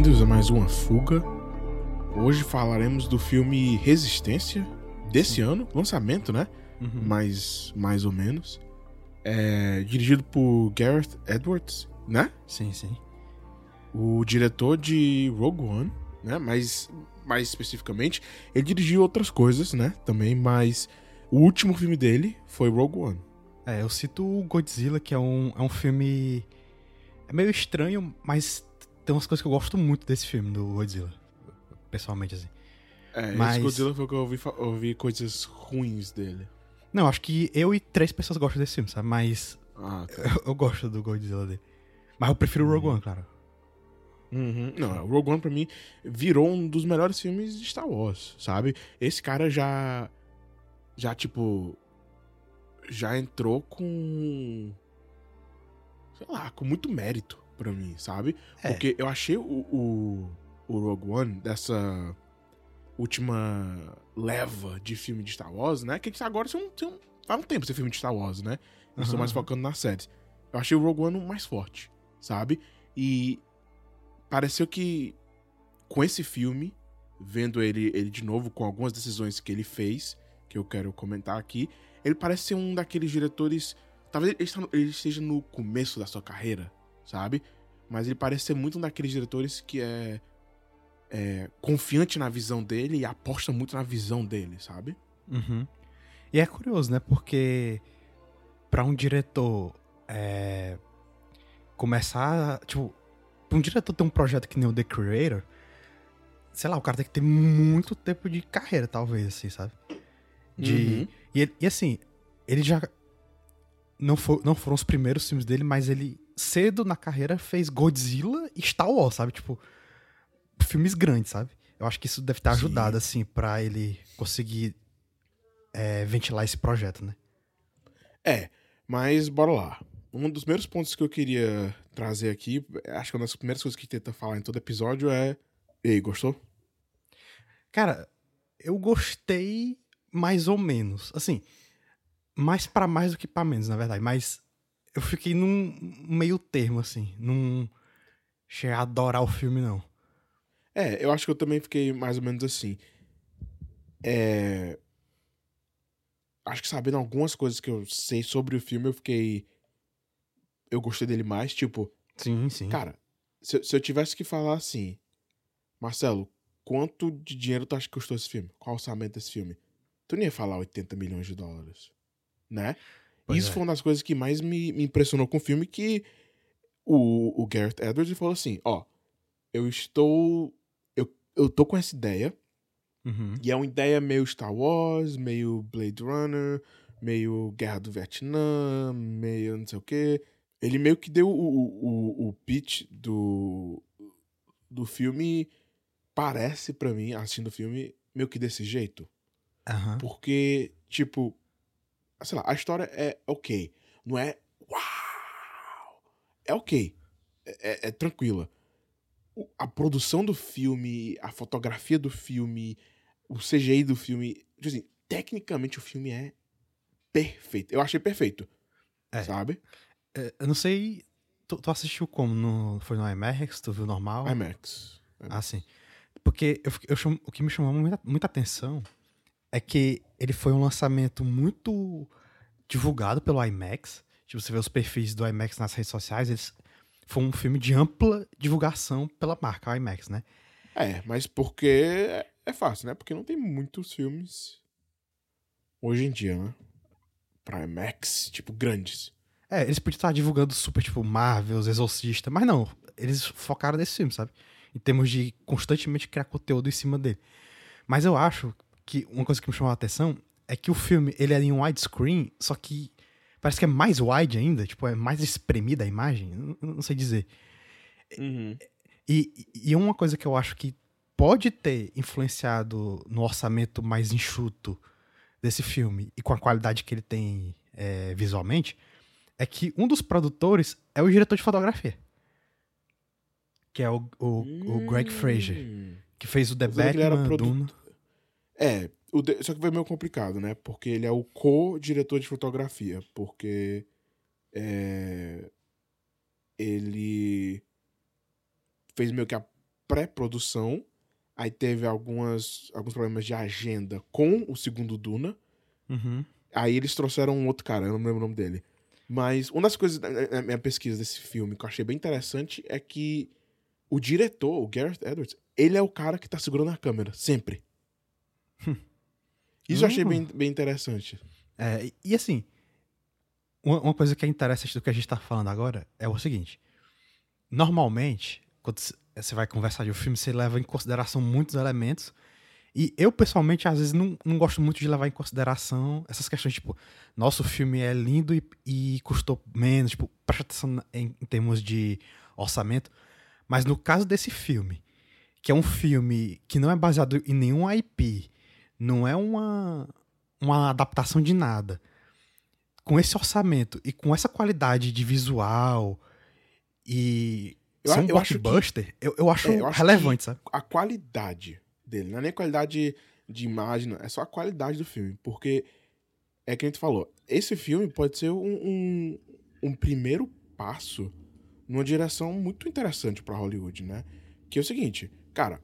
bem-vindos a mais uma fuga. Hoje falaremos do filme Resistência, desse ano, lançamento, né? Mais ou menos. Dirigido por Gareth Edwards, né? Sim. O diretor de Rogue One, né? Mais especificamente, ele dirigiu outras coisas, né? Também, mas o último filme dele foi Rogue One. Eu cito o Godzilla, que é um filme... É meio estranho, mas tem umas coisas que eu gosto muito desse filme, do Godzilla. Pessoalmente, assim. Esse Godzilla foi o que eu ouvi coisas ruins dele. Não, acho que eu e 3 pessoas gostam desse filme, sabe? Mas Tá. eu gosto do Godzilla dele. Mas eu prefiro o Rogue One, claro. Não, o Rogue One pra mim virou um dos melhores filmes de Star Wars, sabe? Esse cara já entrou com, sei lá, com muito mérito pra mim, sabe? Porque eu achei o Rogue One dessa última leva de filme de Star Wars, né? Que agora faz um tempo esse filme de Star Wars, né? Eu estou mais focando nas séries. Eu achei o Rogue One mais forte, sabe? E pareceu que com esse filme, vendo ele de novo com algumas decisões que ele fez, que eu quero comentar aqui, ele parece ser um daqueles diretores... Talvez ele esteja no começo da sua carreira, sabe? Mas ele parece ser muito um daqueles diretores que é confiante na visão dele e aposta muito na visão dele, sabe? E é curioso, né? Porque pra um diretor começar... Tipo, pra um diretor ter um projeto que nem o The Creator, sei lá, o cara tem que ter muito tempo de carreira, talvez, assim, sabe? E assim, ele já... Não foram os primeiros filmes dele, mas ele, cedo na carreira, fez Godzilla e Star Wars, sabe? Tipo, filmes grandes, sabe? Eu acho que isso deve ter ajudado, assim, pra ele conseguir ventilar esse projeto, né? Mas bora lá. Um dos primeiros pontos que eu queria trazer aqui, acho que uma das primeiras coisas que a gente tenta falar em todo episódio é... E aí, gostou? Cara, eu gostei mais ou menos. Assim, mais pra mais do que pra menos, na verdade. Mas eu fiquei num meio termo, assim. Não cheguei a adorar o filme, não. Eu acho que eu também fiquei mais ou menos assim. Acho que sabendo algumas coisas que eu sei sobre o filme, eu gostei dele mais, tipo... Sim. Cara, se eu tivesse que falar assim... Marcelo, quanto de dinheiro tu acha que custou esse filme? Qual o orçamento desse filme? Tu não ia falar 80 milhões de dólares, né? Pois Isso foi uma das coisas que mais me impressionou com o filme, que o Gareth Edwards falou assim, eu tô com essa ideia, e é uma ideia meio Star Wars, meio Blade Runner, meio Guerra do Vietnã, meio não sei o quê. Ele meio que deu o pitch do filme, parece pra mim, assistindo o filme, meio que desse jeito. Porque, tipo, sei lá, a história é ok. Não é uau! É ok. É tranquila. A produção do filme, a fotografia do filme, o CGI do filme, tipo assim, tecnicamente o filme é perfeito. Eu achei perfeito, sabe? Eu não sei... Tu assistiu como? Foi no IMAX? Tu viu normal? IMAX. Ah, sim. Porque o que me chamou muita atenção é que ele foi um lançamento muito divulgado pelo IMAX. Tipo, você vê os perfis do IMAX nas redes sociais, foi um filme de ampla divulgação pela marca IMAX, né? Mas porque é fácil, né? Porque não tem muitos filmes hoje em dia, né? Pra IMAX, tipo, grandes. Eles podiam estar divulgando super, tipo, Marvel, Exorcista, mas não, eles focaram nesse filme, sabe? Em termos de constantemente criar conteúdo em cima dele. Mas eu acho que uma coisa que me chamou a atenção é que o filme, ele é em um widescreen, só que parece que é mais wide ainda, tipo, é mais espremida a imagem, não sei dizer. E uma coisa que eu acho que pode ter influenciado no orçamento mais enxuto desse filme e com a qualidade que ele tem visualmente, é que um dos produtores é o diretor de fotografia. Que é o Greg Fraser, que fez o The Eu sabia que ele era Batman, Duna. Só que foi meio complicado, né? Porque ele é o co-diretor de fotografia. Porque ele fez meio que pré-produção, aí teve alguns problemas de agenda com o segundo Duna, aí eles trouxeram um outro cara, eu não lembro o nome dele. Mas uma das coisas da minha pesquisa desse filme que eu achei bem interessante é que o diretor, o Gareth Edwards, ele é o cara que tá segurando a câmera, sempre. Isso eu achei bem interessante. E assim, uma coisa que é interessante do que a gente tá falando agora é o seguinte. Normalmente, quando você vai conversar de um filme, você leva em consideração muitos elementos. E eu, pessoalmente, às vezes não gosto muito de levar em consideração essas questões, tipo, nosso filme é lindo e custou menos, tipo, presta atenção em termos de orçamento. Mas no caso desse filme, que é um filme que não é baseado em nenhum IP, não é uma adaptação de nada, com esse orçamento e com essa qualidade de visual e ser um blockbuster, eu acho relevante, sabe? A qualidade dele, não é nem a qualidade de imagem, é só a qualidade do filme, porque é que a gente falou, esse filme pode ser um primeiro passo numa direção muito interessante pra Hollywood, né? Que é o seguinte, cara,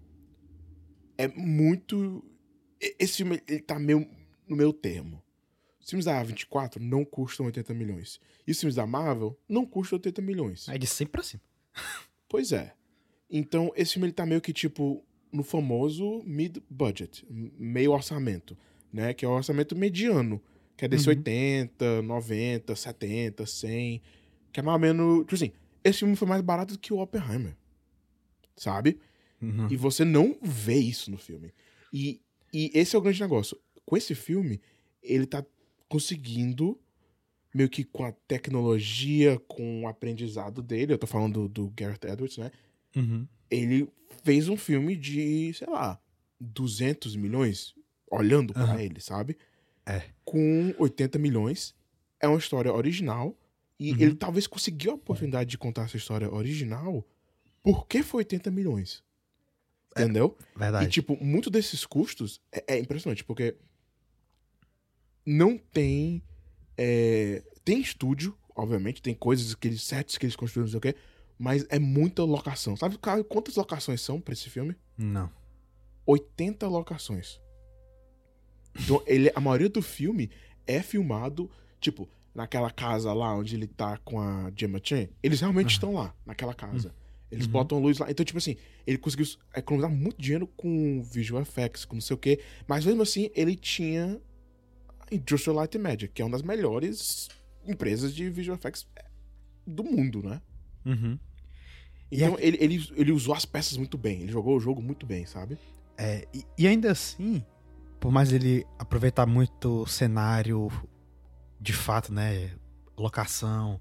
é muito... Esse filme, ele tá meio no meio termo. Os filmes da A24 não custam 80 milhões. E os filmes da Marvel não custam 80 milhões. É de 100 pra cima. Pois é. Então, esse filme ele tá meio que, tipo, no famoso mid-budget, meio orçamento, né? Que é o orçamento mediano, que é desse 80, 90, 70, 100, que é mais ou menos... Tipo assim, esse filme foi mais barato do que o Oppenheimer, sabe? E você não vê isso no filme. E esse é o grande negócio. Com esse filme, ele tá conseguindo, meio que com a tecnologia, com o aprendizado dele, eu tô falando do Gareth Edwards, né? Ele fez um filme de, sei lá, 200 milhões, olhando pra ele, sabe? Com 80 milhões. É uma história original. E ele talvez conseguiu a oportunidade de contar essa história original porque foi 80 milhões. Entendeu? Verdade. E, tipo, muito desses custos é impressionante, porque não tem... tem estúdio, obviamente, tem coisas, aqueles sets que eles construíram, não sei o quê, mas é muita locação. Sabe quantas locações são pra esse filme? Não. 80 locações. Então, a maioria do filme é filmado, tipo, naquela casa lá onde ele tá com a Gemma Chan. Eles realmente estão lá, naquela casa. Eles botam luz lá. Então, tipo assim, ele conseguiu economizar muito dinheiro com visual effects, com não sei o quê. Mas mesmo assim, ele tinha a Industrial Light and Magic, que é uma das melhores empresas de visual effects do mundo, né? Então, ele usou as peças muito bem. Ele jogou o jogo muito bem, sabe? E ainda assim, por mais ele aproveitar muito o cenário de fato, né? Locação,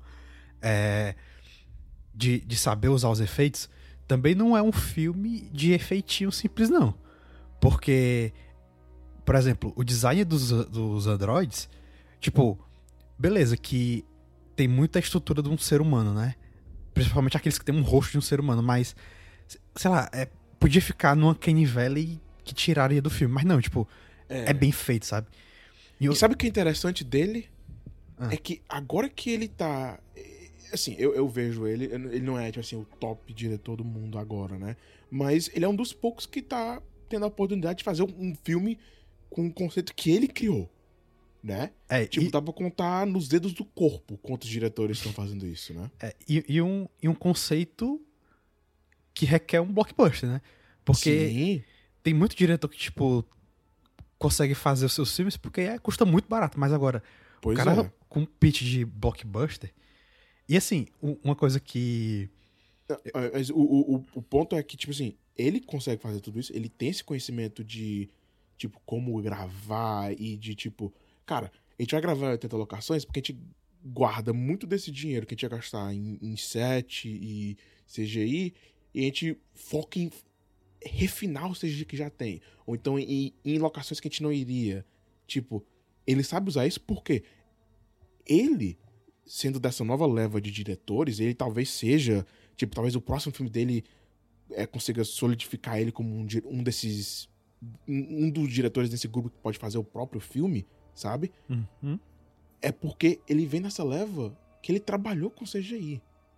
de saber usar os efeitos, também não é um filme de efeitinho simples, não. Porque, por exemplo, o design dos androids, tipo, beleza, que tem muita estrutura de um ser humano, né? Principalmente aqueles que tem um rosto de um ser humano, mas, sei lá, podia ficar numa Uncanny Valley que tiraria do filme. Mas não, tipo, é bem feito, sabe? E sabe o que é interessante dele? É que agora que ele tá... Assim, eu vejo ele não é, tipo assim, o top diretor do mundo agora, né? Mas ele é um dos poucos que tá tendo a oportunidade de fazer um filme com um conceito que ele criou, né? Dá pra contar nos dedos do corpo quantos diretores estão fazendo isso, né? E um conceito que requer um blockbuster, né? Porque tem muito diretor que, tipo, consegue fazer os seus filmes porque custa muito barato, mas agora, o cara com um pitch de blockbuster... E assim, uma coisa que... Mas o ponto é que, tipo assim, ele consegue fazer tudo isso, ele tem esse conhecimento de, tipo, como gravar e de, tipo... Cara, a gente vai gravar 80 locações porque a gente guarda muito desse dinheiro que a gente ia gastar em set e CGI e a gente foca em refinar o CGI que já tem. Ou então em locações que a gente não iria. Tipo, ele sabe usar isso porque ele... sendo dessa nova leva de diretores, ele talvez seja, tipo, talvez o próximo filme dele consiga solidificar ele como um desses, um dos diretores desse grupo que pode fazer o próprio filme, sabe? É porque ele vem nessa leva que ele trabalhou com CGI,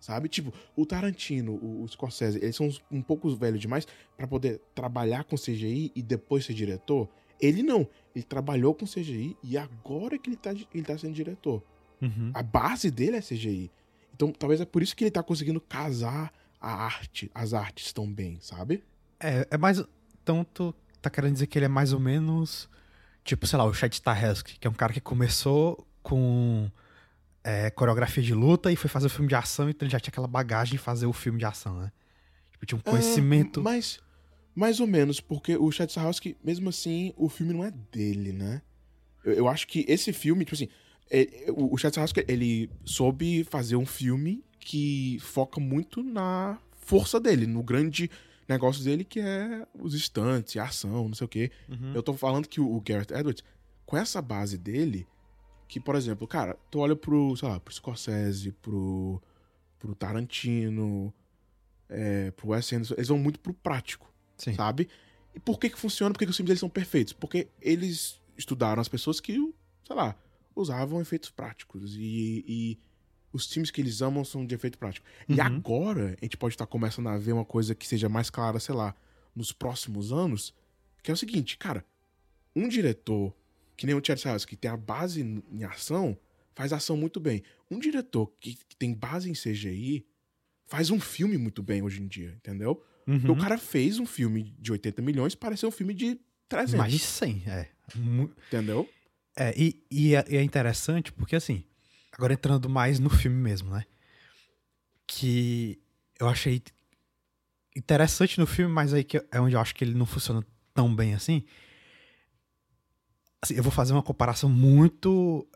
sabe? Tipo, o Tarantino, o Scorsese, eles são um pouco velhos demais pra poder trabalhar com CGI e depois ser diretor. Ele não. Ele trabalhou com CGI e agora que ele tá sendo diretor. Uhum. A base dele é CGI. Então, talvez é por isso que ele tá conseguindo casar as artes tão bem, sabe? É mais... Então, tu tá querendo dizer que ele é mais ou menos... Tipo, sei lá, o Chad Stahelski, que é um cara que começou com coreografia de luta e foi fazer o filme de ação, então ele já tinha aquela bagagem de fazer o filme de ação, né? Tipo, tinha um conhecimento... Mas, mais ou menos, porque o Chad Stahelski, mesmo assim, o filme não é dele, né? Eu acho que esse filme, tipo assim... O Chad Stahelski, ele soube fazer um filme que foca muito na força dele, no grande negócio dele, que é os stunts, a ação, não sei o quê. Uhum. Eu tô falando que o Gareth Edwards, com essa base dele, que, por exemplo, cara, tu olha pro, sei lá, pro Scorsese, pro Tarantino, pro Wes Anderson, eles vão muito pro prático, Sim. sabe? E por que funciona? Por que os filmes deles são perfeitos? Porque eles estudaram as pessoas que, sei lá, usavam efeitos práticos. E os times que eles amam são de efeito prático. Uhum. E agora a gente pode estar começando a ver uma coisa que seja mais clara, sei lá, nos próximos anos, que é o seguinte, cara, um diretor, que nem o Chad Stahelski, que tem a base em ação, faz ação muito bem. Um diretor que tem base em CGI faz um filme muito bem hoje em dia, entendeu? Uhum. Porque o cara fez um filme de 80 milhões parecer um filme de 300. Mais de 100, Entendeu? E é interessante porque, assim, agora entrando mais no filme mesmo, né? Que eu achei interessante no filme, mas aí que é onde eu acho que ele não funciona tão bem assim. Assim, eu vou fazer uma comparação muito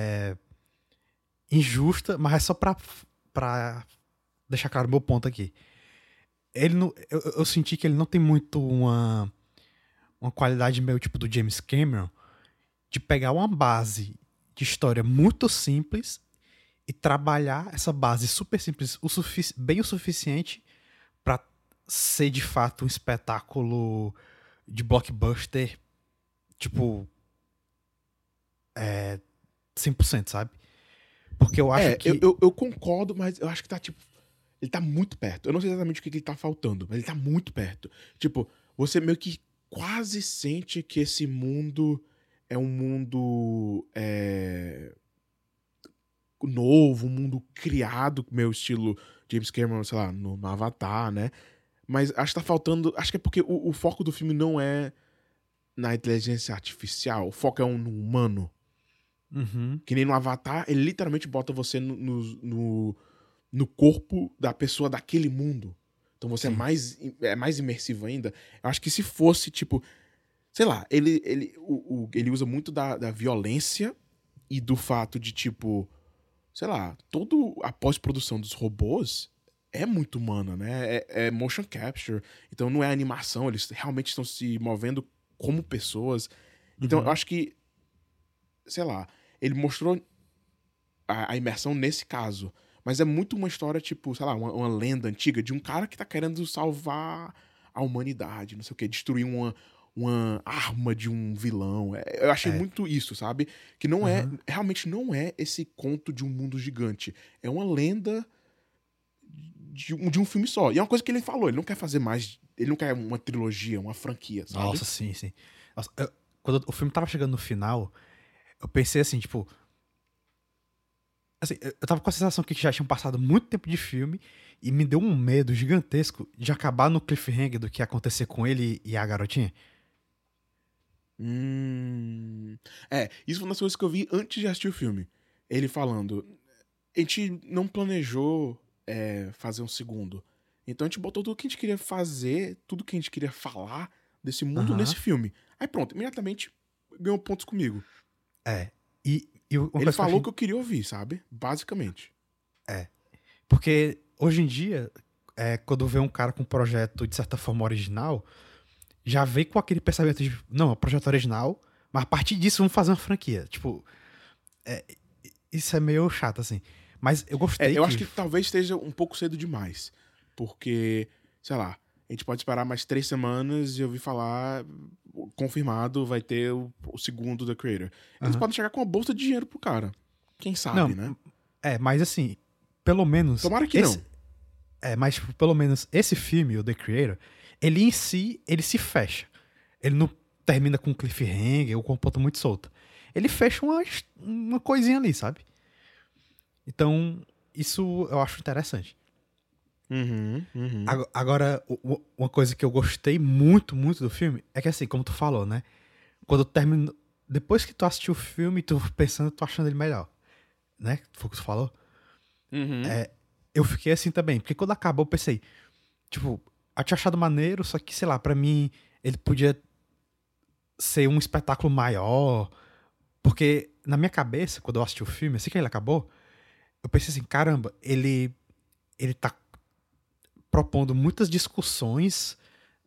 injusta, mas é só pra deixar claro o meu ponto aqui. Ele não, eu senti que ele não tem muito uma qualidade meio tipo do James Cameron de pegar uma base de história muito simples e trabalhar essa base super simples bem o suficiente pra ser de fato um espetáculo de blockbuster, tipo 100%, sabe? Porque eu acho que... Eu concordo, mas eu acho que tá, tipo... Ele tá muito perto. Eu não sei exatamente o que ele tá faltando, mas ele tá muito perto. Tipo, você meio que quase sente que esse mundo é um mundo novo, um mundo criado, meu estilo James Cameron, sei lá, no Avatar, né? Mas acho que tá faltando... Acho que é porque o foco do filme não é na inteligência artificial. O foco é no humano. Uhum. Que nem no Avatar, ele literalmente bota você no corpo da pessoa daquele mundo. Então você é mais imersivo ainda. Eu acho que se fosse, tipo... Sei lá, ele usa muito da violência e do fato de, tipo... Sei lá, toda a pós-produção dos robôs é muito humana, né? É motion capture. Então não é animação, eles realmente estão se movendo como pessoas. Então eu acho que... Sei lá, ele mostrou a imersão nesse caso. Mas é muito uma história, tipo, sei lá, uma lenda antiga de um cara que tá querendo salvar a humanidade, não sei o quê, destruir uma arma de um vilão. Eu achei muito isso, sabe? Que não realmente não é esse conto de um mundo gigante. É uma lenda de um filme só. E é uma coisa que ele falou, ele não quer fazer mais, ele não quer uma trilogia, uma franquia, sabe? Nossa, sim. Nossa, quando o filme tava chegando no final, eu pensei assim, tipo... Assim, eu tava com a sensação que já tinham passado muito tempo de filme e me deu um medo gigantesco de acabar no cliffhanger do que ia acontecer com ele e a garotinha. Isso foi uma das coisas que eu vi antes de assistir o filme. Ele falando, a gente não planejou fazer um segundo. Então a gente botou tudo que a gente queria fazer, tudo que a gente queria falar desse mundo nesse filme. Aí pronto, imediatamente ganhou pontos comigo. Ele falou que eu queria ouvir, sabe? Basicamente. Porque hoje em dia, quando vê um cara com um projeto de certa forma original, já vem com aquele pensamento de, não, é um projeto original, mas a partir disso vamos fazer uma franquia. Tipo, isso é meio chato, assim. Mas eu gostei. Eu acho que talvez esteja um pouco cedo demais. Porque, sei lá, a gente pode esperar mais 3 semanas e ouvir falar, confirmado, vai ter o segundo The Creator. Eles podem chegar com uma bolsa de dinheiro pro cara. Quem sabe, né? Mas assim, pelo menos... Tomara que não. Mas tipo, pelo menos esse filme, o The Creator, ele em si, ele se fecha. Ele não termina com um cliffhanger ou com uma ponta muito solta. Ele fecha uma coisinha ali, sabe? Então, isso eu acho interessante. Agora, uma coisa que eu gostei muito, muito do filme é que, assim, como tu falou, né? Quando termina... Depois que tu assistiu o filme, tu pensando, tu achando ele melhor. Né? Foi o que tu falou. Eu fiquei assim também. Porque quando acabou, eu pensei... Tipo, eu tinha achado maneiro, só que, sei lá, pra mim, ele podia ser um espetáculo maior. Porque, na minha cabeça, quando eu assisti o filme, assim que ele acabou, eu pensei assim, caramba, ele tá propondo muitas discussões.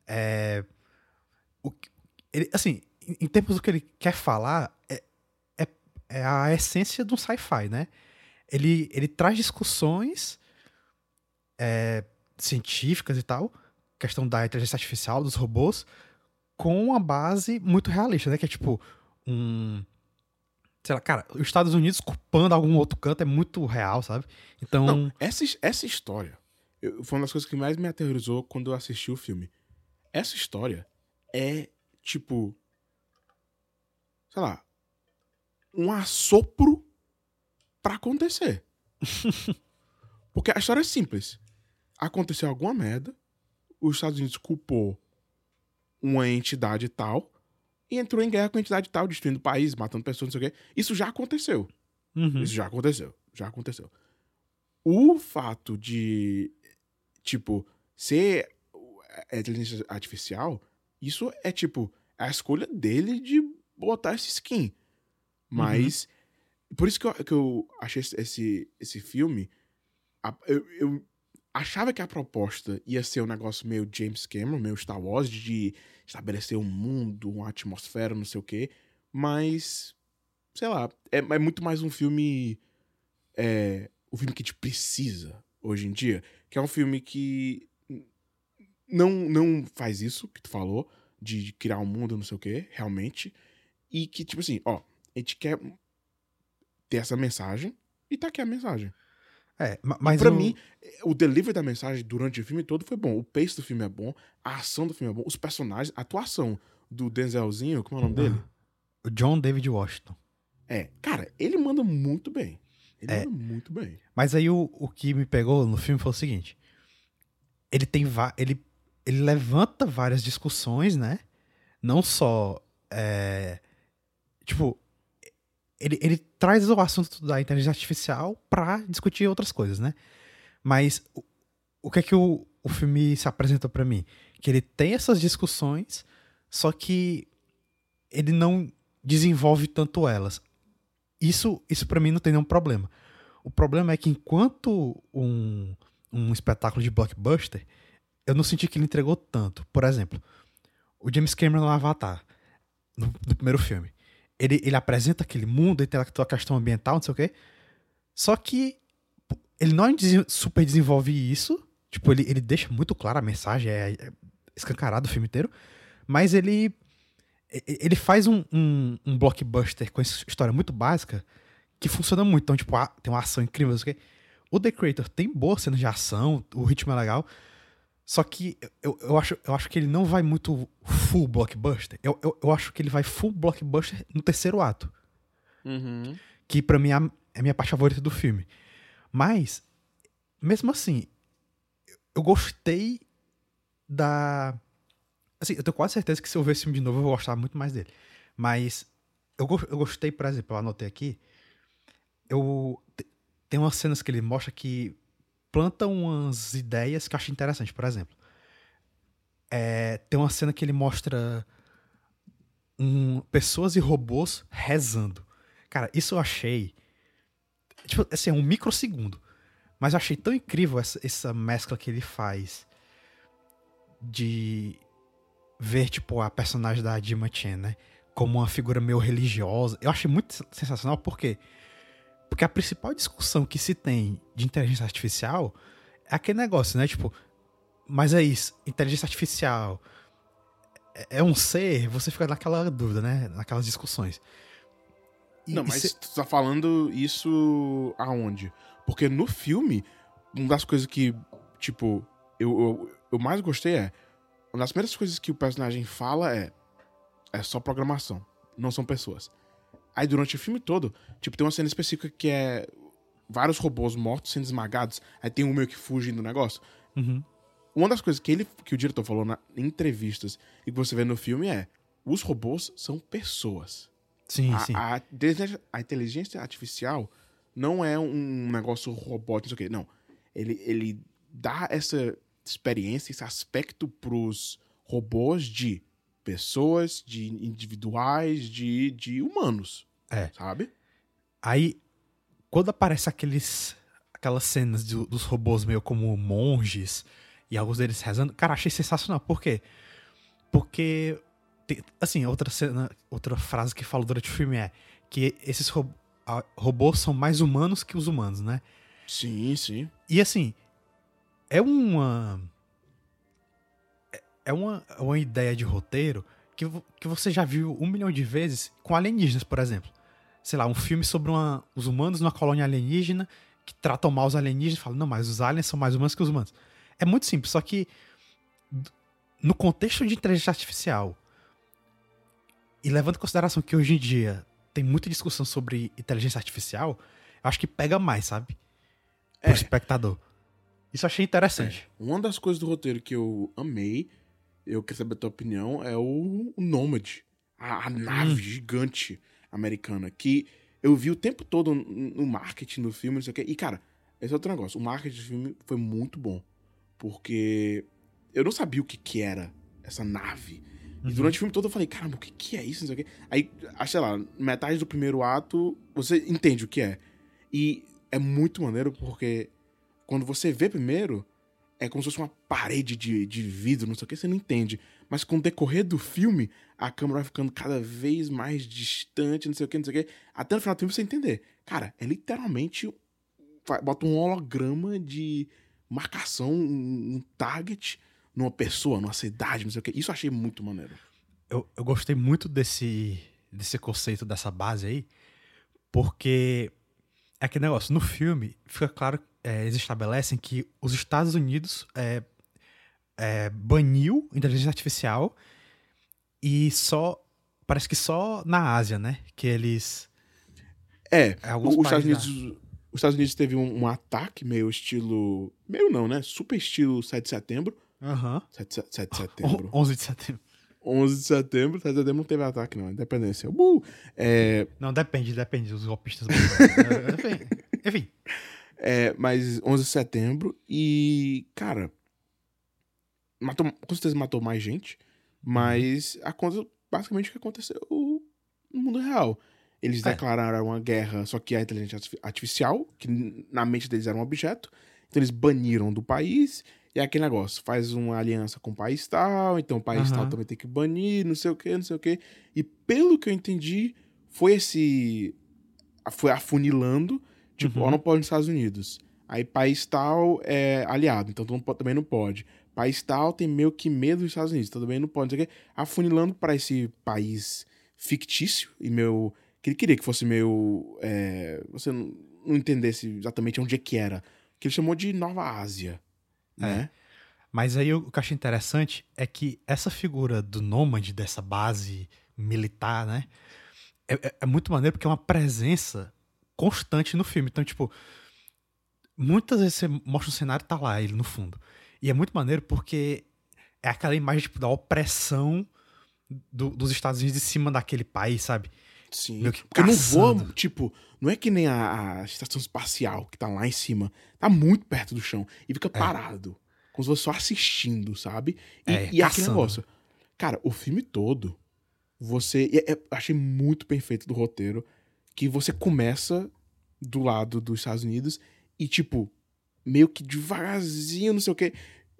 Assim, em termos do que ele quer falar, é a essência de um sci-fi, né? Ele traz discussões científicas e tal, questão da inteligência artificial, dos robôs, com uma base muito realista, né? Que é tipo sei lá, cara, os Estados Unidos culpando algum outro canto é muito real, sabe? Então... Não, essa história foi uma das coisas que mais me aterrorizou quando eu assisti o filme. Essa história é, tipo... Sei lá... Um assopro pra acontecer. Porque a história é simples. Aconteceu alguma merda, os Estados Unidos culpou uma entidade tal e entrou em guerra com a entidade tal, destruindo o país, matando pessoas, não sei o quê. Isso já aconteceu. Isso já aconteceu. Já aconteceu. O fato de, tipo, ser inteligência artificial, isso é, tipo, a escolha dele de botar esse skin. Mas, por isso que eu achei esse filme... Eu achava que a proposta ia ser um negócio meio James Cameron, meio Star Wars, de estabelecer um mundo, uma atmosfera, não sei o quê. Mas, sei lá, é muito mais um filme... o filme que a gente precisa hoje em dia. Que é um filme que não faz isso que tu falou, de criar um mundo, não sei o quê, realmente. E que, tipo assim, ó, a gente quer ter essa mensagem e tá aqui a mensagem. Mas pra mim, o delivery da mensagem durante o filme todo foi bom. O pace do filme é bom, a ação do filme é bom, os personagens, a atuação do Denzelzinho, como é o nome dele? O John David Washington. Cara, ele manda muito bem. Ele manda muito bem. Mas aí o que me pegou no filme foi o seguinte. Ele levanta várias discussões, né? Não só... tipo... Ele traz o assunto da inteligência artificial pra discutir outras coisas, né? Mas o que é que o filme se apresenta pra mim? Que ele tem essas discussões, só que ele não desenvolve tanto elas. Isso pra mim não tem nenhum problema. O problema é que enquanto um espetáculo de blockbuster, eu não senti que ele entregou tanto. Por exemplo, o James Cameron no Avatar, no primeiro filme. Ele apresenta aquele mundo, ele tem a questão ambiental, não sei o quê. Só que ele não super desenvolve isso. Tipo, ele deixa muito claro a mensagem, é escancarado o filme inteiro. Mas ele faz um blockbuster com essa história muito básica que funciona muito. Então, tipo, tem uma ação incrível, não sei o quê. O The Creator tem boas cenas de ação, o ritmo é legal. Só que eu acho que ele não vai muito full blockbuster. Eu acho que ele vai full blockbuster no terceiro ato. Que pra mim é a minha parte favorita do filme. Mas, mesmo assim, eu gostei da... Assim, eu tenho quase certeza que se eu ver esse filme de novo eu vou gostar muito mais dele. Mas eu gostei, por exemplo, eu anotei aqui. Tem umas cenas que ele mostra que planta umas ideias que eu acho interessante. Por exemplo, tem uma cena que ele mostra pessoas e robôs rezando. Cara, isso eu achei... Tipo, assim, um microsegundo. Mas eu achei tão incrível essa mescla que ele faz de ver, tipo, a personagem da Dima Chen, né? Como uma figura meio religiosa. Eu achei muito sensacional, por quê? Porque a principal discussão que se tem de inteligência artificial é aquele negócio, né? Tipo, mas é isso, inteligência artificial é um ser? Você fica naquela dúvida, né? Naquelas discussões. Não, mas tu tá falando isso aonde? Porque no filme, uma das coisas que, tipo, eu mais gostei uma das primeiras coisas que o personagem fala é só programação, não são pessoas. Aí durante o filme todo, tipo, tem uma cena específica que é vários robôs mortos sendo esmagados, aí tem um meio que fugindo do negócio. Uhum. Uma das coisas que o diretor falou em entrevistas e que você vê no filme os robôs são pessoas. Sim, sim. A inteligência artificial não é um negócio robótico, não sei o quê. Não. Ele dá essa experiência, esse aspecto pros robôs de pessoas, de individuais, de humanos. Sabe? Aí, quando aparece aquelas cenas dos robôs meio como monges e alguns deles rezando, cara, achei sensacional. Por quê? Porque, assim, outra frase que falo durante o filme é que esses robôs são mais humanos que os humanos, né? Sim, sim. E, assim, é uma ideia de roteiro que você já viu 1 milhão de vezes com alienígenas, por exemplo. Sei lá, um filme sobre os humanos numa colônia alienígena que tratam mal os alienígenas e falam, não, mas os aliens são mais humanos que os humanos. É muito simples, só que no contexto de inteligência artificial e levando em consideração que hoje em dia tem muita discussão sobre inteligência artificial, eu acho que pega mais, sabe? Pro espectador. Isso eu achei interessante. Uma das coisas do roteiro que eu amei, eu quero saber a tua opinião, é o Nomad. A nave gigante americana, que eu vi o tempo todo no marketing do filme, não sei o quê. E, cara, esse é outro negócio. O marketing do filme foi muito bom. Porque eu não sabia o que era essa nave. E durante o filme todo eu falei, caramba, o que é isso? Não sei o quê. Aí, sei lá, metade do primeiro ato, você entende o que é. E é muito maneiro porque quando você vê primeiro, é como se fosse uma parede de vidro, não sei o que, você não entende. Mas com o decorrer do filme, a câmera vai ficando cada vez mais distante, não sei o que, não sei o que. Até no final do filme você entender. Cara, é literalmente... Bota um holograma de marcação, um target numa pessoa, numa cidade, não sei o que. Isso eu achei muito maneiro. Eu gostei muito desse conceito, dessa base aí, porque é aquele negócio, no filme, fica claro, eles estabelecem que os Estados Unidos baniu inteligência artificial e parece que só na Ásia, né, que eles... Os Estados Unidos teve um ataque meio estilo... Meio não, né? Super estilo 7 de setembro. 7 de setembro. 11 de setembro. 11 de setembro. 7 de setembro não teve ataque, não. Independência. Não, depende dos golpistas. Enfim. Mas 11 de setembro e, cara... com certeza matou mais gente. Mas basicamente o que aconteceu no mundo real. Eles declararam uma guerra, só que a inteligência artificial, que na mente deles era um objeto. Então eles baniram do país. E é aquele negócio, faz uma aliança com o país tal, então o país tal também tem que banir, não sei o que, não sei o que. E pelo que eu entendi, foi afunilando, tipo, ó, não pode nos Estados Unidos. Aí país tal é aliado, então também não pode. País tal tem meio que medo dos Estados Unidos, então também não pode, não sei o que. Afunilando pra esse país fictício e meio... que ele queria que fosse meio... você não entendesse exatamente onde é que era. Que ele chamou de Nova Ásia, né? Mas aí o que eu achei interessante é que essa figura do nômade, dessa base militar, né? É muito maneiro porque é uma presença constante no filme. Então, tipo, muitas vezes você mostra um cenário e tá lá ele no fundo. E é muito maneiro porque é aquela imagem, tipo, da opressão dos Estados Unidos em cima daquele país, sabe? Sim, porque não voa, tipo, não é que nem a estação espacial que tá lá em cima, tá muito perto do chão e fica parado, como se fosse só assistindo, sabe? E aquele negócio. Cara, o filme todo, achei muito perfeito do roteiro, que você começa do lado dos Estados Unidos e, tipo, meio que devagarzinho, não sei o quê.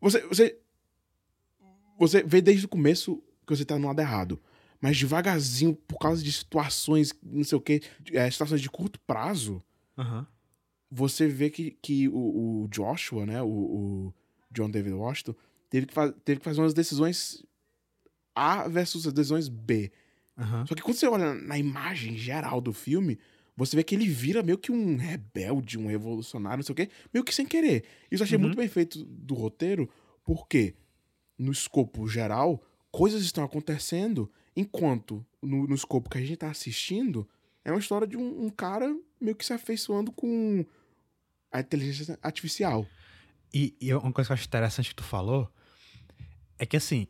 Você vê desde o começo que você tá no lado errado. Mas devagarzinho, por causa de situações, não sei o quê, situações de curto prazo, você vê que o Joshua, né, o John David Washington, teve que fazer umas decisões A versus as decisões B. Só que quando você olha na imagem geral do filme, você vê que ele vira meio que um rebelde, um revolucionário, não sei o quê, meio que sem querer. Isso eu achei muito bem feito do roteiro, porque no escopo geral, coisas estão acontecendo, enquanto no escopo que a gente tá assistindo, é uma história de um cara meio que se afeiçoando com a inteligência artificial. E uma coisa que eu acho interessante que tu falou é que, assim,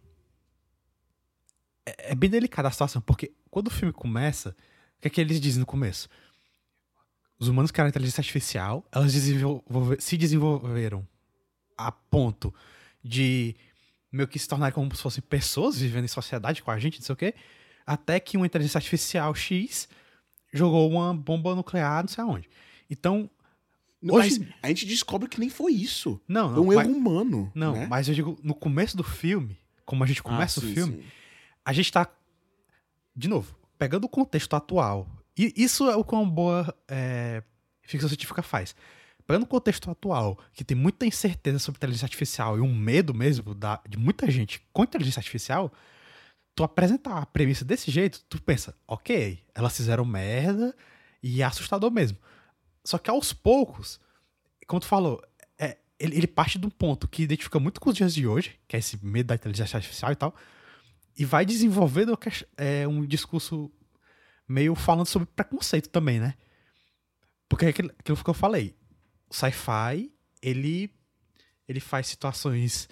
é bem delicada a situação, porque quando o filme começa, o que é que eles dizem no começo? Os humanos criaram a inteligência artificial, elas se desenvolveram a ponto de meio que se tornarem como se fossem pessoas vivendo em sociedade com a gente, não sei o quê, até que uma inteligência artificial X jogou uma bomba nuclear não sei aonde. Então, Mas a gente descobre que nem foi isso. Não, foi um erro humano. Não, né? mas eu digo, no começo do filme, como a gente começa o filme, a gente tá, de novo, pegando o contexto atual. E isso é o que uma boa ficção científica faz. Pegando o contexto atual, que tem muita incerteza sobre inteligência artificial e um medo mesmo de muita gente com inteligência artificial, tu apresentar a premissa desse jeito, tu pensa, ok, elas fizeram merda e é assustador mesmo. Só que aos poucos, como tu falou, ele parte de um ponto que identifica muito com os dias de hoje, que é esse medo da inteligência artificial e tal, e vai desenvolvendo um discurso meio falando sobre preconceito também, né? Porque é aquilo que eu falei, o sci-fi, ele faz situações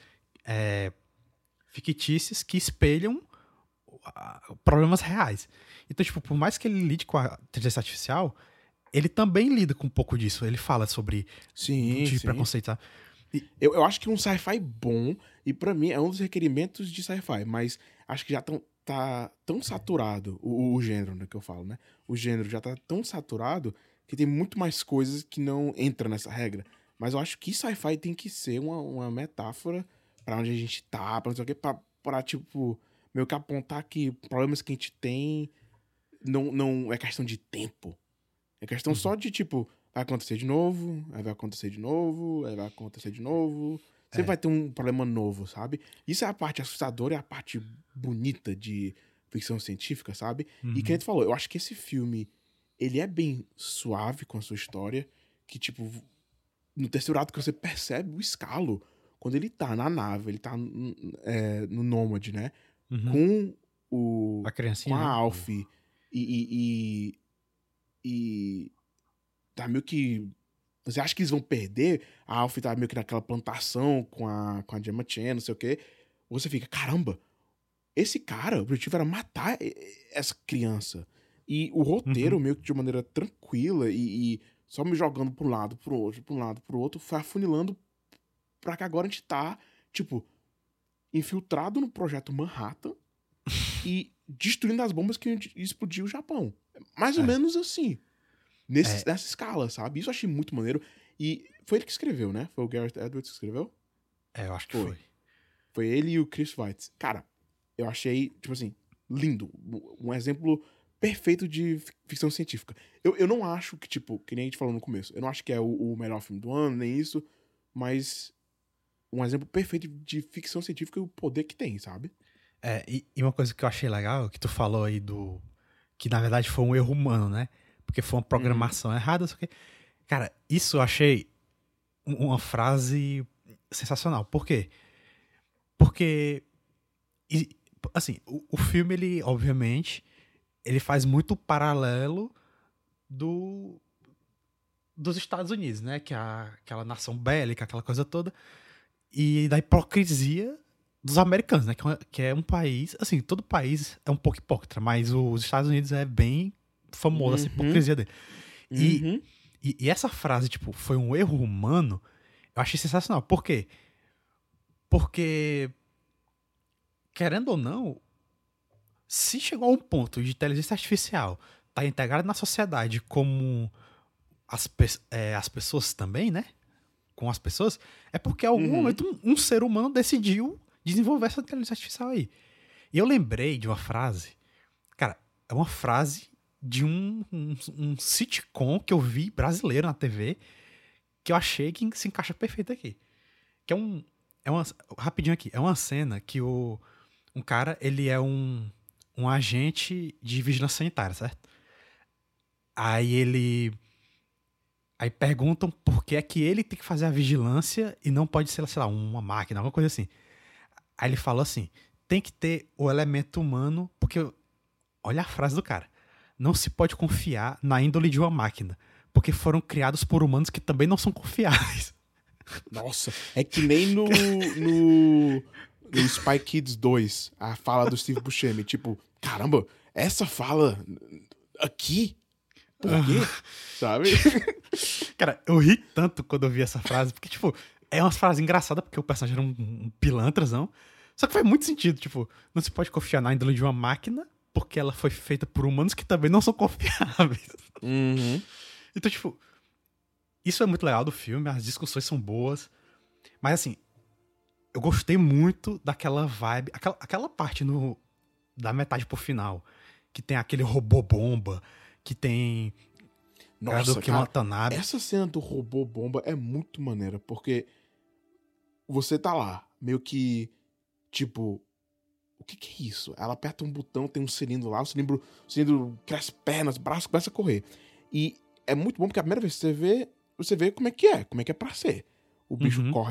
fictícias que espelham problemas reais. Então, tipo, por mais que ele lide com a inteligência artificial, ele também lida com um pouco disso. Ele fala sobre preconceito. Tá? Eu acho que um sci-fi bom, e pra mim é um dos requerimentos de sci-fi, mas acho que já tá tão saturado o gênero, né, que eu falo, né? O gênero já tá tão saturado que tem muito mais coisas que não entram nessa regra. Mas eu acho que sci-fi tem que ser uma metáfora pra onde a gente tá, pra não sei o quê, pra tipo, meio que apontar que problemas que a gente tem não é questão de tempo. É questão só de, tipo, vai acontecer de novo, aí vai acontecer de novo, aí vai acontecer de novo. Sempre vai ter um problema novo, sabe? Isso é a parte assustadora e a parte bonita de ficção científica, sabe? E que a gente falou, eu acho que esse filme, ele é bem suave com a sua história, que, tipo, no terceiro ato que você percebe o escalo, quando ele tá na nave, ele tá no Nômade, né? Com a criancinha, com a né? Alf e tá meio que... Você acha que eles vão perder? A Alf tá meio que naquela plantação com a Gemma Chan, não sei o quê. Você fica, caramba, esse cara, o objetivo era matar essa criança. E o roteiro, meio que de maneira tranquila e só me jogando pra um lado, pro outro, pra um lado, pro outro, foi afunilando pra que agora a gente tá, tipo, infiltrado no projeto Manhattan e destruindo as bombas que explodiu o Japão. Mais ou menos assim. Nessa escala, sabe? Isso eu achei muito maneiro. E foi ele que escreveu, né? Foi o Gareth Edwards que escreveu? Eu acho que foi. Foi ele e o Chris Weitz. Cara, eu achei, tipo assim, lindo. Um exemplo perfeito de ficção científica. Eu não acho que, tipo, que nem a gente falou no começo, eu não acho que é o melhor filme do ano, nem isso, mas um exemplo perfeito de ficção científica e o poder que tem, sabe? E uma coisa que eu achei legal, que tu falou aí que na verdade foi um erro humano, né? Porque foi uma programação errada, só que... Cara, isso eu achei uma frase sensacional. Por quê? Porque, assim, o filme, ele, obviamente, ele faz muito paralelo dos Estados Unidos, né? Que é aquela nação bélica, aquela coisa toda. E da hipocrisia dos americanos, né? Que é um país... Assim, todo país é um pouco hipócrita, mas os Estados Unidos é bem famosa essa hipocrisia dele. E essa frase, tipo, foi um erro humano, eu achei sensacional. Por quê? Porque, querendo ou não, se chegou a um ponto de inteligência artificial tá integrada na sociedade como as pessoas também, né? Com as pessoas, é porque em algum momento um ser humano decidiu desenvolver essa inteligência artificial aí. E eu lembrei de uma frase, cara, é uma frase de um sitcom que eu vi brasileiro na TV, que eu achei que se encaixa perfeito aqui. Que rapidinho aqui, é uma cena que um cara, ele é um agente de vigilância sanitária, certo? Aí ele... Aí perguntam por que é que ele tem que fazer a vigilância e não pode ser, sei lá, uma máquina, alguma coisa assim. Aí ele falou assim, tem que ter o elemento humano, porque... Olha a frase do cara. Não se pode confiar na índole de uma máquina, porque foram criados por humanos que também não são confiáveis. Nossa, é que nem no Spy Kids 2, a fala do Steve Buscemi. Tipo, caramba, essa fala aqui? Por quê? Sabe? Cara, eu ri tanto quando eu vi essa frase, porque, tipo, é uma frase engraçada, porque o personagem era um pilantrazão. Só que faz muito sentido, tipo, não se pode confiar na índole de uma máquina, porque ela foi feita por humanos que também não são confiáveis. Uhum. Então, tipo, isso é muito legal do filme, as discussões são boas. Mas, assim, eu gostei muito daquela vibe, aquela parte da metade pro final, que tem aquele robô-bomba, que tem... Nossa, cara, Watanabe. essa cena do robô-bomba é muito maneira, porque você tá lá, meio que, tipo... O que é isso? Ela aperta um botão, tem um cilindro lá, o cilindro cresce pernas, braço, começa a correr. E é muito bom porque a primeira vez que você vê como é que é pra ser. O bicho corre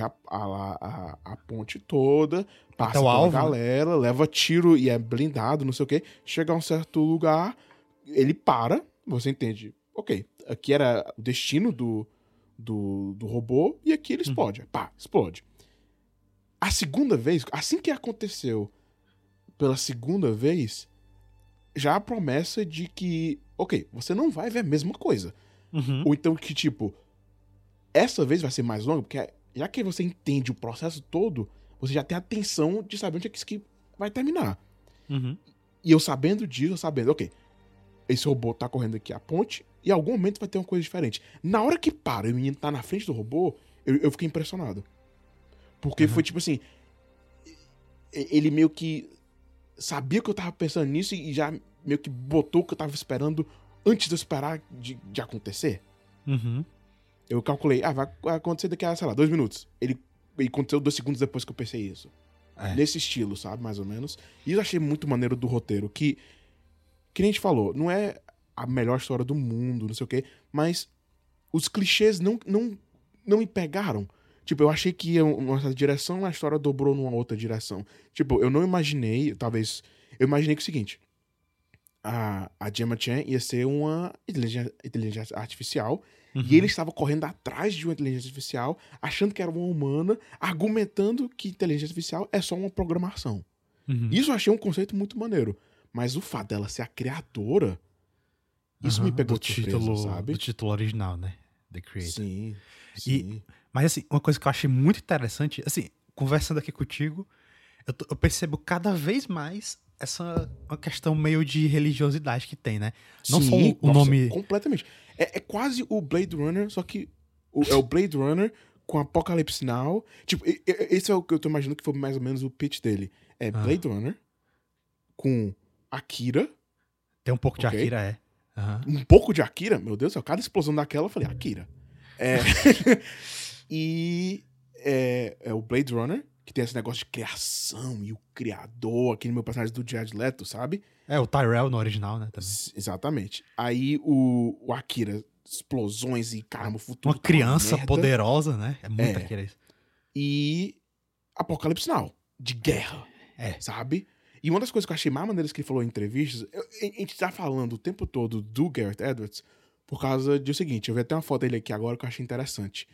a ponte toda, passa pela alvo, galera, né? Leva tiro e é blindado, não sei o quê. Chega a um certo lugar, ele para, você entende. Ok, aqui era o destino do robô e aqui ele explode. Pá, explode. A segunda vez, assim que aconteceu... Pela segunda vez, já há a promessa de que, ok, você não vai ver a mesma coisa. Ou então que, tipo, essa vez vai ser mais longa, porque já que você entende o processo todo, você já tem a tensão de saber onde é que isso aqui vai terminar. E eu sabendo disso, ok, esse robô tá correndo aqui a ponte, e em algum momento vai ter uma coisa diferente. Na hora que para e o menino tá na frente do robô, eu fiquei impressionado. Porque foi tipo assim, ele meio que sabia que eu tava pensando nisso e já meio que botou o que eu tava esperando antes de eu esperar de acontecer. Eu calculei, vai acontecer daqui a, sei lá, 2 minutos. Ele aconteceu 2 segundos depois que eu pensei isso. Nesse estilo, sabe, mais ou menos. E eu achei muito maneiro do roteiro, que a gente falou, não é a melhor história do mundo, não sei o quê, mas os clichês não me pegaram. Tipo, eu achei que ia numa certa direção, a história dobrou numa outra direção. Tipo, eu não imaginei, eu imaginei que é o seguinte, a Gemma Chan ia ser uma inteligência artificial, e ele estava correndo atrás de uma inteligência artificial, achando que era uma humana, argumentando que inteligência artificial é só uma programação. Isso eu achei um conceito muito maneiro. Mas o fato dela ser a criadora, isso me pegou de surpresa, sabe? Do título original, né? The Creator. Sim. Mas, assim, uma coisa que eu achei muito interessante, assim, conversando aqui contigo, eu percebo cada vez mais uma questão meio de religiosidade que tem, né? Não só o nome... completamente. É quase o Blade Runner, só que é o Blade Runner com Apocalipse Now. Tipo, esse é o que eu tô imaginando que foi mais ou menos o pitch dele. É Blade Runner com Akira. Tem um pouco de Akira, Um pouco de Akira? Meu Deus do céu, cada explosão daquela eu falei, Akira. E é o Blade Runner, que tem esse negócio de criação e o criador, aquele meu personagem do Jared Leto, sabe? É, o Tyrell no original, né? Também. Exatamente. Aí o Akira, explosões e caramba, o futuro. Uma criança poderosa, né? É muito Akira isso. E Apocalipse Now, de guerra, sabe? E uma das coisas que eu achei mais maneiras que ele falou em entrevistas, a gente tá falando o tempo todo do Gareth Edwards por causa do seguinte, eu vi até uma foto dele aqui agora que eu achei interessante.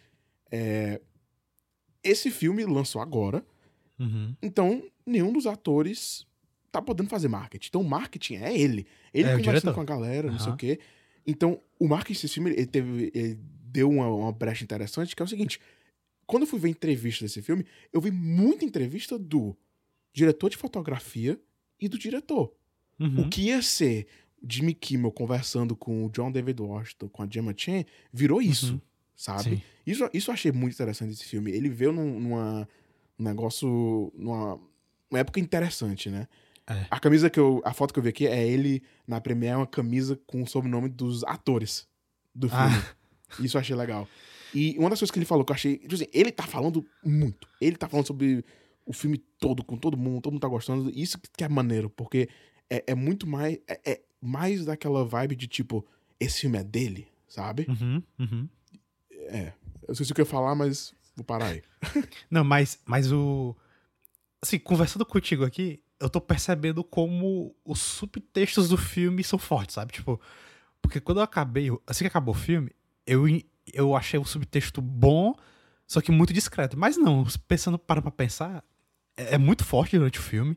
Esse filme lançou agora, então nenhum dos atores tá podendo fazer marketing. Então o marketing é ele. Ele conversando com a galera, não sei o quê. Então o marketing desse filme, ele deu uma brecha interessante, que é o seguinte, quando eu fui ver entrevista desse filme, eu vi muita entrevista do diretor de fotografia e do diretor. O que ia ser Jimmy Kimmel conversando com o John David Washington, com a Gemma Chan, virou isso, sabe? Isso eu achei muito interessante esse filme. Ele veio num negócio, numa época interessante, né? A foto que eu vi aqui é ele na Premiere, uma camisa com o sobrenome dos atores do filme. Isso eu achei legal. E uma das coisas que ele falou que eu achei, tipo assim, ele tá falando muito. Ele tá falando sobre o filme todo, com todo mundo tá gostando. Isso que é maneiro, porque é muito mais. É mais daquela vibe de tipo, esse filme é dele, sabe? Uhum. Eu sei se eu queria falar, mas vou parar aí. Não, mas o... Assim, conversando contigo aqui, eu tô percebendo como os subtextos do filme são fortes, sabe? Tipo, porque quando eu acabei... Assim que acabou o filme, eu achei o subtexto bom, só que muito discreto. Mas não, parando pra pensar, é muito forte durante o filme.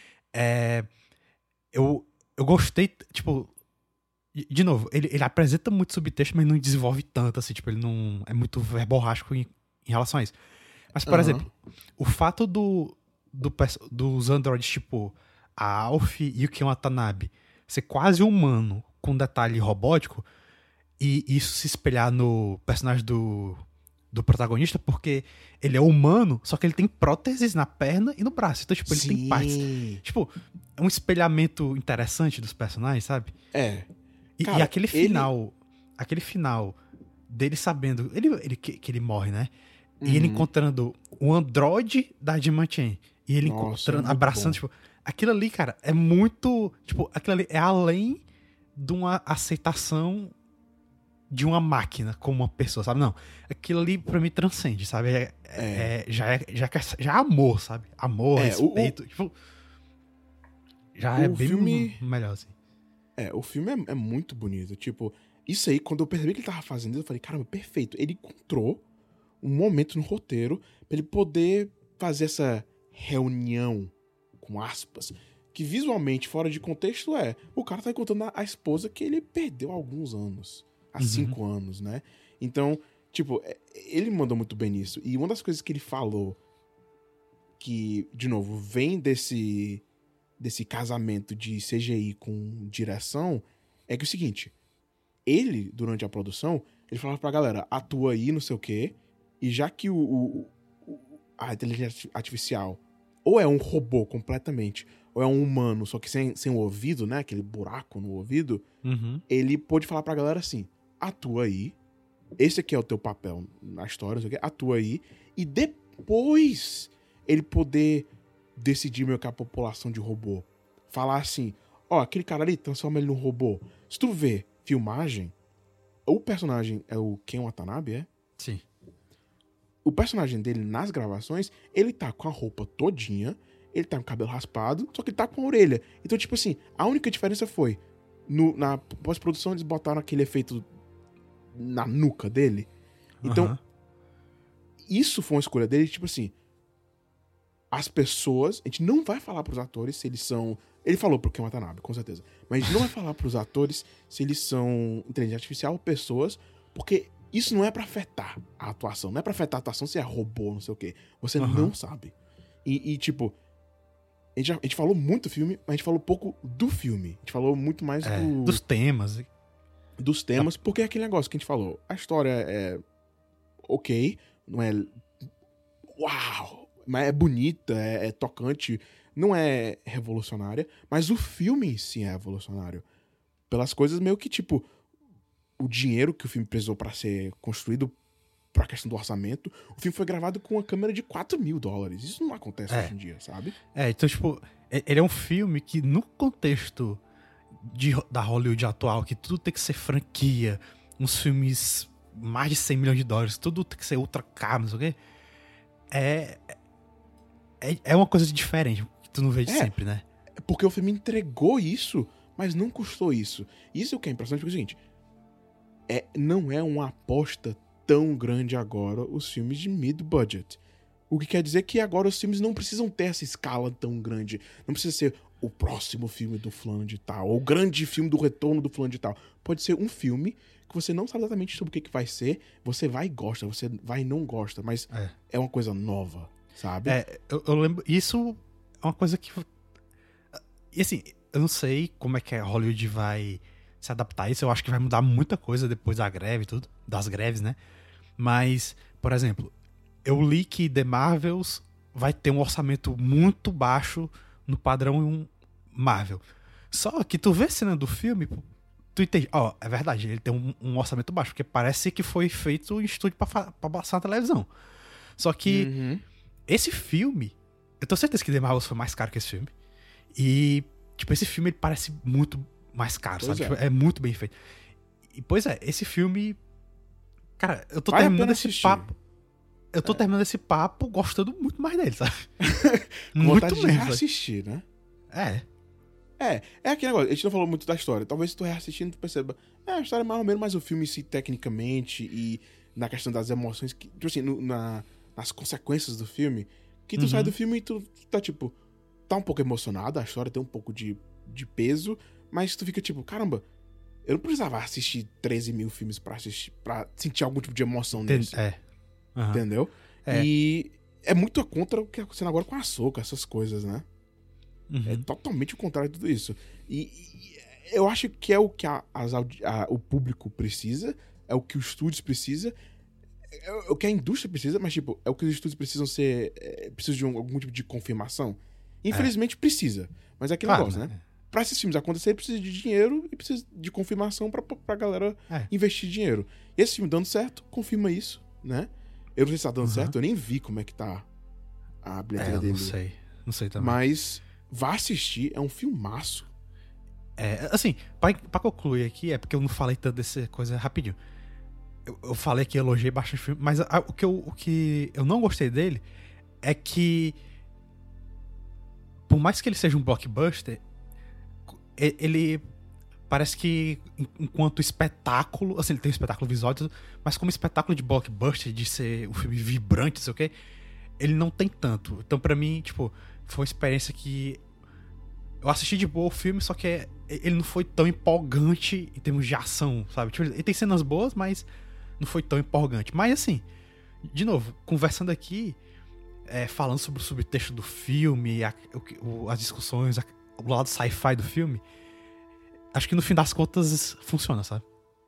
Eu gostei, tipo... De novo, ele apresenta muito subtexto, mas não desenvolve tanto, assim. Tipo, ele não... É muito verborrágico em relação a isso. Mas, por exemplo, o fato dos androides, tipo, a Alf e o Ken Watanabe ser quase humano, com detalhe robótico, e isso se espelhar no personagem do protagonista, porque ele é humano, só que ele tem próteses na perna e no braço. Então, tipo, ele tem partes. Tipo, é um espelhamento interessante dos personagens, sabe? Cara, e aquele final. Aquele final dele sabendo. Que ele morre, né? E ele encontrando o androide da Diamantine. E ele encontrando, abraçando, tipo... Aquilo ali, cara, é muito... Tipo, aquilo ali é além de uma aceitação de uma máquina como uma pessoa, sabe? Não. Aquilo ali, pra mim, transcende, sabe? Já é amor, sabe? Amor, respeito. Tipo, já é bem melhor, assim. O filme é muito bonito. Tipo, isso aí, quando eu percebi que ele tava fazendo isso, eu falei, caramba, perfeito. Ele encontrou um momento no roteiro pra ele poder fazer essa reunião, com aspas, que visualmente, fora de contexto, o cara tá encontrando a esposa que ele perdeu há alguns anos. Há 5 anos, né? Então, tipo, ele mandou muito bem nisso. E uma das coisas que ele falou que, de novo, vem desse casamento de CGI com direção, é que é o seguinte, ele, durante a produção, ele falava pra galera, atua aí, não sei o quê, e já que a inteligência artificial ou é um robô completamente, ou é um humano, só que sem o ouvido, né? Aquele buraco no ouvido, ele pôde falar pra galera assim, atua aí, esse aqui é o teu papel na história, não sei o quê, atua aí, e depois ele poder decidir meio que a população de robô. Falar assim, aquele cara ali, transforma ele num robô. Se tu vê filmagem, o personagem é o Ken Watanabe, é? Sim. O personagem dele nas gravações, ele tá com a roupa todinha, ele tá com o cabelo raspado, só que ele tá com a orelha. Então, tipo assim, a única diferença foi, na pós-produção eles botaram aquele efeito na nuca dele. Então, isso foi uma escolha dele, tipo assim, as pessoas, a gente não vai falar pros atores se eles são... Ele falou pro Ken Watanabe, com certeza. Mas a gente não vai falar pros atores se eles são inteligência artificial ou pessoas, porque isso não é pra afetar a atuação. Não é pra afetar a atuação se é robô, não sei o quê. Você não sabe. E tipo, a gente falou muito do filme, mas a gente falou pouco do filme. A gente falou muito mais dos temas. Dos temas, porque é aquele negócio que a gente falou. A história é ok, não é... Uau! Mas é bonita, é tocante, não é revolucionária, mas o filme em si é revolucionário. Pelas coisas meio que, tipo, o dinheiro que o filme precisou pra ser construído, pra questão do orçamento, o filme foi gravado com uma câmera de $4 mil. Isso não acontece hoje em dia, sabe? Então, tipo, ele é um filme que, no contexto da Hollywood atual, que tudo tem que ser franquia, uns filmes mais de $100 milhões, tudo tem que ser ultra caro, não sei o quê, é uma coisa diferente, que tu não vê de sempre, né? Porque o filme entregou isso, mas não custou isso. Isso é o que é impressionante, porque é o seguinte, não é uma aposta tão grande agora os filmes de mid-budget. O que quer dizer que agora os filmes não precisam ter essa escala tão grande. Não precisa ser o próximo filme do fulano de tal, ou o grande filme do retorno do fulano de tal. Pode ser um filme que você não sabe exatamente sobre o que vai ser, você vai e gosta, você vai e não gosta, mas é uma coisa nova, sabe? Eu lembro, isso é uma coisa que... E assim, eu não sei como é que a Hollywood vai se adaptar a isso, eu acho que vai mudar muita coisa depois da greve e tudo, das greves, né? Mas, por exemplo, eu li que The Marvels vai ter um orçamento muito baixo no padrão Marvel. Só que tu vê a cena do filme, tu entende, é verdade, ele tem um orçamento baixo, porque parece que foi feito em estúdio pra passar na televisão. Só que esse filme, eu tenho certeza que The Marvels foi mais caro que esse filme. E, tipo, esse filme ele parece muito mais caro, sabe? Tipo, é muito bem feito. E, pois é, esse filme... Cara, eu tô Vale a terminando pena esse assistir. papo... Eu tô terminando esse papo gostando muito mais dele, sabe? Com vontade de reassistir, né? É aquele negócio, a gente não falou muito da história. Talvez se tu reassistindo, tu perceba, a história é mais ou menos, mas o filme, se tecnicamente e na questão das emoções, que, tipo assim, nas consequências do filme, que tu sai do filme e tu tá, tipo, tá um pouco emocionado, a história tem um pouco de peso, mas tu fica, tipo, caramba, eu não precisava assistir 13 mil filmes pra sentir algum tipo de emoção nesse. Entendeu? E é muito contra o que tá acontecendo agora com a Ahsoka, essas coisas, né? É totalmente o contrário de tudo isso. E eu acho que é o que o público precisa, é o que os estúdios precisam, é o que a indústria precisa, mas, tipo, é o que os estúdios precisam ser... precisam de algum tipo de confirmação. Infelizmente, precisa. Mas é aquele negócio, né? Pra esses filmes acontecerem, precisa de dinheiro e precisa de confirmação pra galera investir dinheiro. E esse filme dando certo, confirma isso, né? Eu não sei se tá dando certo, eu nem vi como é que tá a bilheteria dele. Não sei também. Mas vá assistir, é um filmaço. Assim, pra concluir aqui, é porque eu não falei tanto dessa coisa rapidinho. Eu falei que elogiei bastante o filme, mas o que eu não gostei dele é que, por mais que ele seja um blockbuster, ele parece que, enquanto espetáculo, assim, ele tem um espetáculo visual, mas como espetáculo de blockbuster, de ser um filme vibrante, não sei o quê, ele não tem tanto. Então, pra mim, tipo, foi uma experiência que eu assisti de boa o filme, só que ele não foi tão empolgante em termos de ação, sabe? Tipo, ele tem cenas boas, mas não foi tão empolgante. Mas, assim, de novo, conversando aqui, falando sobre o subtexto do filme, as discussões, o lado sci-fi do filme, acho que no fim das contas funciona, sabe?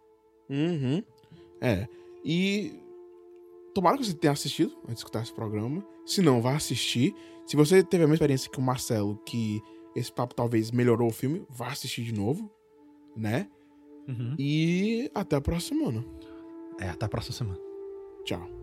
E tomara que você tenha assistido antes de escutar esse programa. Se não, vá assistir. Se você teve a mesma experiência que o Marcelo, que esse papo talvez melhorou o filme, vá assistir de novo, né? E até a próxima semana. Até a próxima semana. Tchau.